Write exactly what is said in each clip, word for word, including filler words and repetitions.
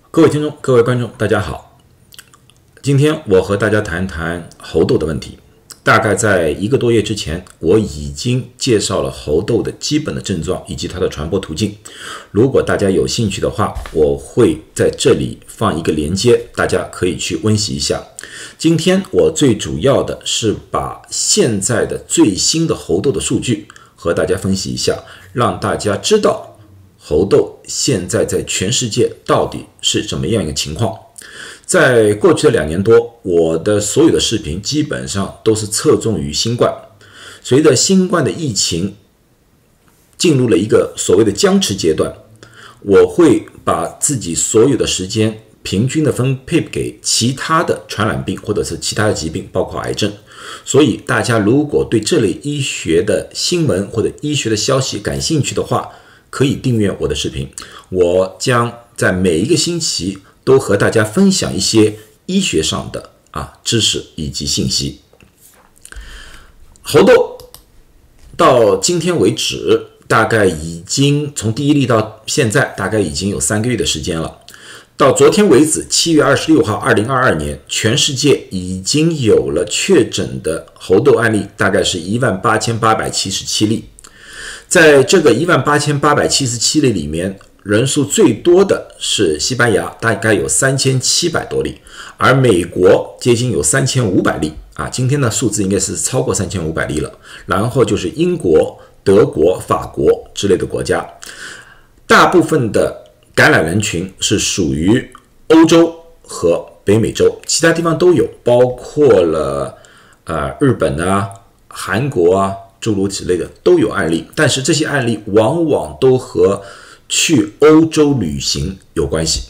各位听众、各位观众，大家好。今天我和大家谈谈猴痘的问题。大概在一个多月之前，我已经介绍了猴痘的基本的症状以及它的传播途径。如果大家有兴趣的话，我会在这里放一个连接，大家可以去温习一下。今天我最主要的是把现在的最新的猴痘的数据和大家分析一下，让大家知道猴痘现在在全世界到底是怎么样一个情况。在过去的两年多，我的所有的视频基本上都是侧重于新冠。随着新冠的疫情进入了一个所谓的僵持阶段，我会把自己所有的时间平均的分配给其他的传染病或者是其他的疾病，包括癌症。所以大家如果对这类医学的新闻或者医学的消息感兴趣的话，可以订阅我的视频。我将在每一个星期都和大家分享一些医学上的啊知识以及信息。猴痘到今天为止，大概已经从第一例到现在，大概已经有三个月的时间了。到昨天为止，七月二十六号，二零二二年，全世界已经有了确诊的猴痘案例，大概是一万八千八百七十七例。在这个一万八千八百七十七例里面，人数最多的是西班牙，大概有三千七百多例，而美国接近有三千五百例啊，今天的数字应该是超过三千五百例了。然后就是英国、德国、法国之类的国家，大部分的感染人群是属于欧洲和北美洲，其他地方都有，包括了呃日本啊、韩国啊，诸如此类的都有案例。但是这些案例往往都和去欧洲旅行有关系。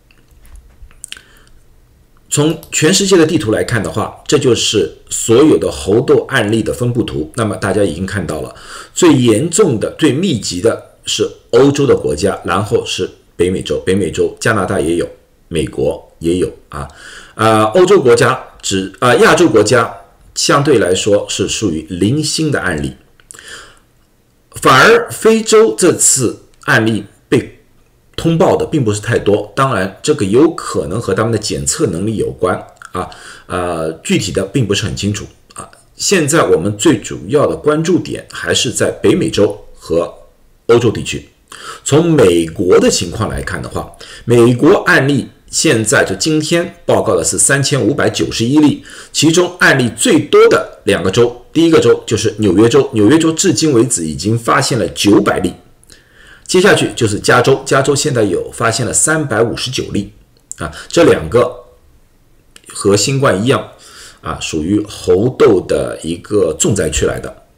从全世界的地图来看的话，这就是所有的猴痘案例的分布图。那么大家已经看到了，最严重的、最密集的是欧洲的国家，然后是北美洲，北美洲加拿大也有，美国也有啊。呃，欧洲国家只啊、呃，亚洲国家相对来说是属于零星的案例，反而非洲这次案例被通报的并不是太多，当然这个有可能和他们的检测能力有关啊，呃，具体的并不是很清楚啊。现在我们最主要的关注点还是在北美洲和欧洲地区。从美国的情况来看的话，美国案例现在就今天报告的是三千五百九十一例，其中案例最多的两个州，第一个州就是纽约州，纽约州至今为止已经发现了九百例。接下去就是加州，加州现在有发现了三百五十九例啊，这两个和新冠一样啊，属于猴痘的一个重灾区来的。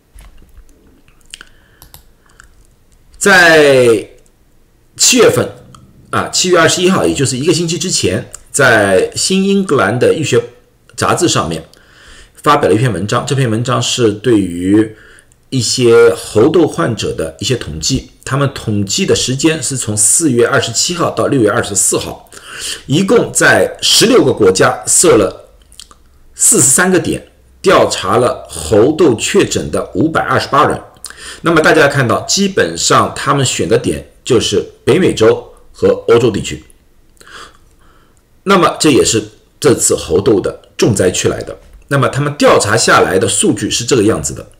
在七月份啊，七月二十一号，也就是一个星期之前，在新英格兰的医学杂志上面发表了一篇文章，这篇文章是对于一些猴痘患者的一些统计，他们统计的时间是从四月二十七号到六月二十四号，一共在十六个国家设了四十三个点，调查了猴痘确诊的五百二十八人。那么大家看到，基本上他们选的点就是北美洲和欧洲地区，那么这也是这次猴痘的重灾区来的。那么他们调查下来的数据是这个样子的，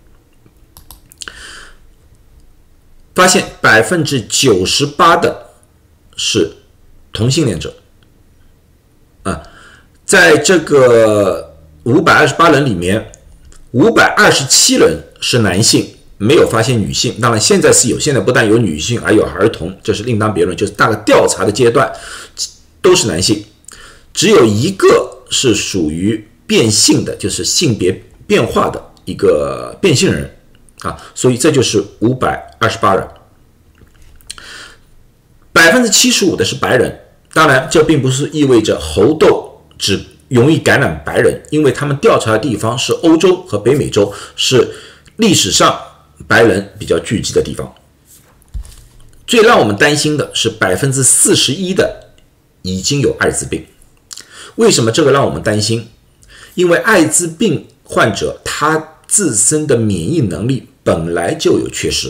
发现 百分之九十八 的是同性恋者啊，在这个五百二十八人里面，五百二十七人是男性，没有发现女性。当然现在是有，现在不但有女性还有儿童，这是另当别论，就是大概调查的阶段都是男性，只有一个是属于变性的，就是性别变化的一个变性人啊，所以这就是五百二十八人。 百分之七十五 的是白人，当然这并不是意味着猴痘只容易感染白人，因为他们调查的地方是欧洲和北美洲，是历史上白人比较聚集的地方。最让我们担心的是 百分之四十一 的已经有艾滋病。为什么这个让我们担心？因为艾滋病患者他自身的免疫能力本来就有缺失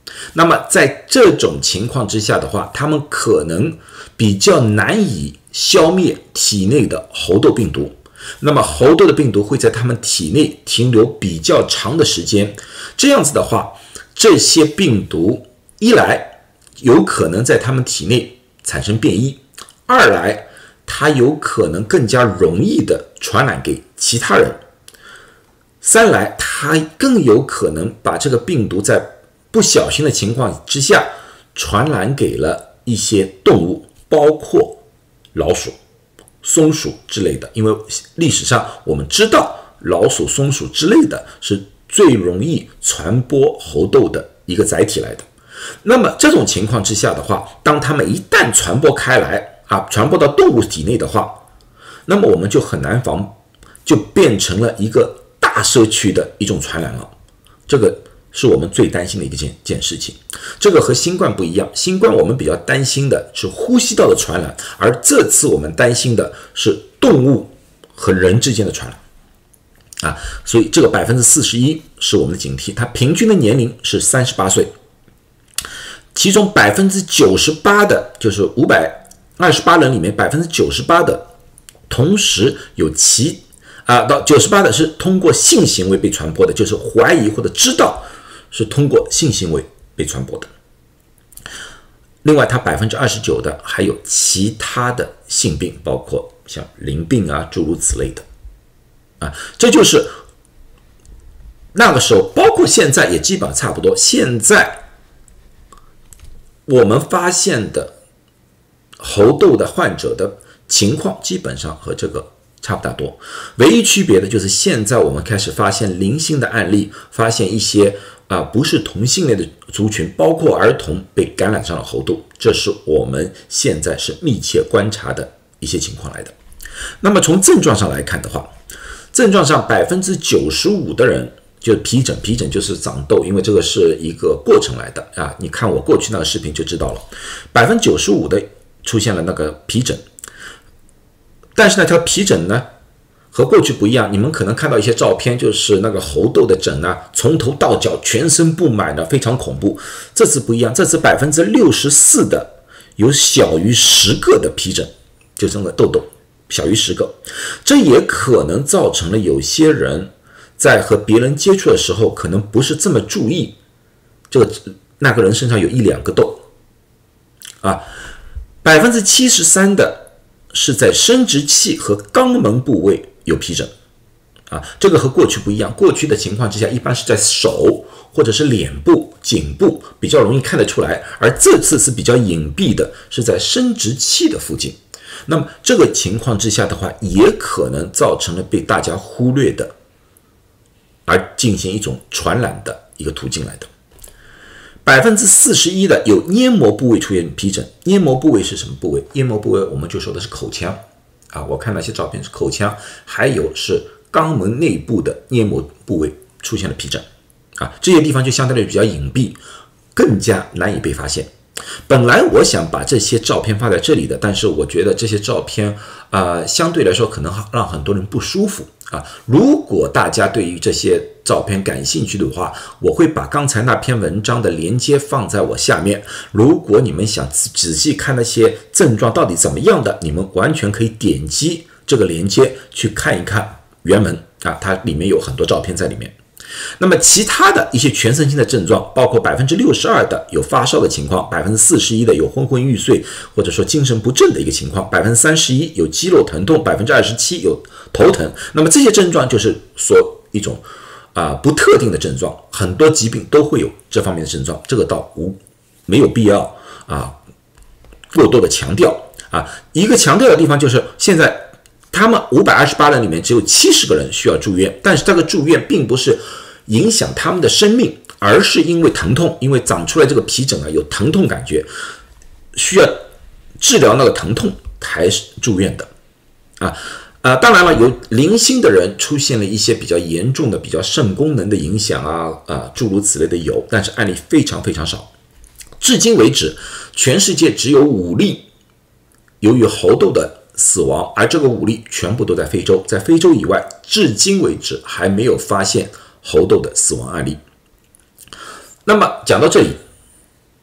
那么在这种情况之下的话，他们可能比较难以消灭体内的猴痘病毒。那么猴痘的病毒会在他们体内停留比较长的时间，这样子的话，这些病毒一来有可能在他们体内产生变异，二来它有可能更加容易的传染给其他人，三来它更有可能把这个病毒在不小心的情况之下传染给了一些动物，包括老鼠、松鼠之类的。因为历史上我们知道老鼠、松鼠之类的是最容易传播猴痘的一个载体来的。那么这种情况之下的话，当它们一旦传播开来啊，传播到动物体内的话，那么我们就很难防，就变成了一个大社区的一种传染了。这个是我们最担心的一件件事情。这个和新冠不一样，新冠我们比较担心的是呼吸道的传染，而这次我们担心的是动物和人之间的传染。啊，所以这个 百分之四十一 是我们的警惕，它平均的年龄是三十八岁，其中 百分之九十八 的，就是五百二十八人里面 百分之九十八 的同时有其啊，到九十八的是通过性行为被传播的，就是怀疑或者知道是通过性行为被传播的。另外它 百分之二十九 的还有其他的性病，包括像淋病啊诸如此类的。啊，这就是那个时候，包括现在也基本上差不多。现在我们发现的猴痘的患者的情况基本上和这个差不大多，唯一区别的就是现在我们开始发现零星的案例，发现一些啊不是同性恋的族群，包括儿童被感染上了猴痘，这是我们现在是密切观察的一些情况来的。那么从症状上来看的话，症状上 百分之九十五 的人就是皮疹，皮疹就是长痘，因为这个是一个过程来的啊。你看我过去那个视频就知道了， 百分之九十五 的出现了那个皮疹。但是呢，这个皮疹呢和过去不一样，你们可能看到一些照片，就是那个猴痘的疹啊，从头到脚全身布满的，非常恐怖。这次不一样，这次 百分之六十四 的有小于十个的皮疹，就这个痘痘小于十个，这也可能造成了有些人在和别人接触的时候，可能不是这么注意，这个那个人身上有一两个痘啊。 百分之七十三 的是在生殖器和肛门部位有皮疹啊，这个和过去不一样。过去的情况之下，一般是在手或者是脸部、颈部比较容易看得出来，而这次是比较隐蔽的，是在生殖器的附近。那么这个情况之下的话，也可能造成了被大家忽略的，而进行一种传染的一个途径来的。百分之四十一 的有黏膜部位出现皮疹，黏膜部位是什么部位？黏膜部位我们就说的是口腔啊，我看那些照片是口腔，还有是肛门内部的黏膜部位出现了皮疹啊，这些地方就相对来比较隐蔽，更加难以被发现。本来我想把这些照片发在这里的，但是我觉得这些照片啊、呃，相对来说可能让很多人不舒服啊。如果大家对于这些照片感兴趣的话，我会把刚才那篇文章的连接放在我下面。如果你们想仔细看那些症状到底怎么样的，你们完全可以点击这个连接去看一看原文啊，它里面有很多照片在里面。那么其他的一些全身性的症状，包括 百分之六十二 的有发烧的情况， 百分之四十一 的有昏昏欲睡或者说精神不振的一个情况， 百分之三十一 有肌肉疼痛， 百分之二十七 有头疼。那么这些症状就是说一种啊、呃、不特定的症状，很多疾病都会有这方面的症状，这个倒无没有必要啊过多的强调啊。一个强调的地方就是现在他们五百二十八人里面只有七十个人需要住院，但是这个住院并不是影响他们的生命，而是因为疼痛，因为长出来这个皮疹啊有疼痛感觉，需要治疗那个疼痛才是住院的啊。呃，当然了，有零星的人出现了一些比较严重的、比较肾功能的影响啊啊诸如此类的有，但是案例非常非常少。至今为止，全世界只有五例由于猴痘的死亡，而这个五例全部都在非洲，在非洲以外，至今为止还没有发现猴痘的死亡案例。那么讲到这里，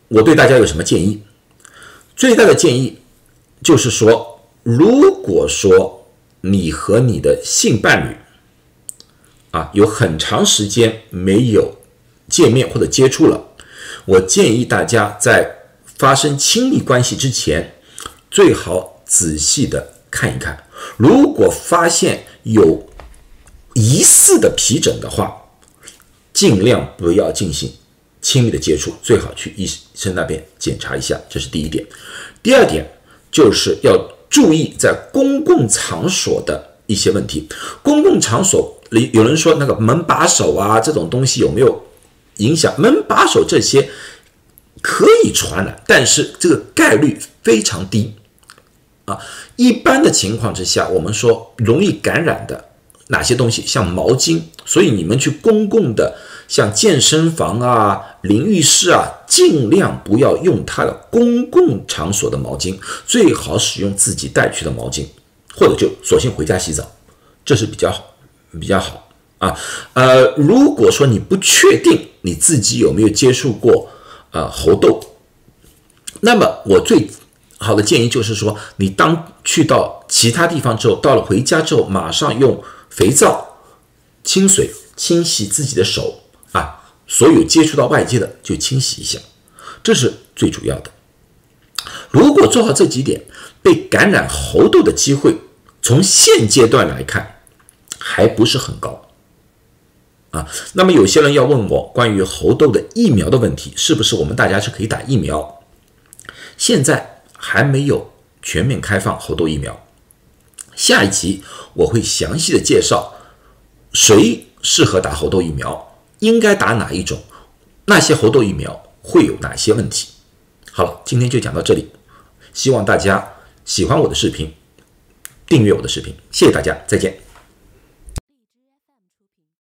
我对大家有什么建议？最大的建议就是说，如果说你和你的性伴侣啊有很长时间没有见面或者接触了，我建议大家在发生亲密关系之前，最好仔细的看一看。如果发现有疑似的皮疹的话，尽量不要进行亲密的接触，最好去医生那边检查一下，这是第一点。第二点就是要注意在公共场所的一些问题。公共场所里有人说那个门把手啊，这种东西有没有影响？门把手这些可以传染，但是这个概率非常低啊。一般的情况之下，我们说容易感染的哪些东西，像毛巾，所以你们去公共的像健身房啊、淋浴室啊，尽量不要用它的公共场所的毛巾，最好使用自己带去的毛巾，或者就索性回家洗澡，这是比较好，比较好啊。呃，如果说你不确定你自己有没有接触过呃猴痘，那么我最好的建议就是说，你当去到其他地方之后，到了回家之后，马上用肥皂、清水清洗自己的手啊，所有接触到外界的就清洗一下，这是最主要的。如果做好这几点，被感染猴痘的机会，从现阶段来看还不是很高啊。那么有些人要问我关于猴痘的疫苗的问题，是不是我们大家是可以打疫苗？现在还没有全面开放猴痘疫苗，下一集我会详细的介绍谁适合打猴痘疫苗，应该打哪一种，那些猴痘疫苗会有哪些问题。好了，今天就讲到这里，希望大家喜欢我的视频，订阅我的视频，谢谢大家，再见。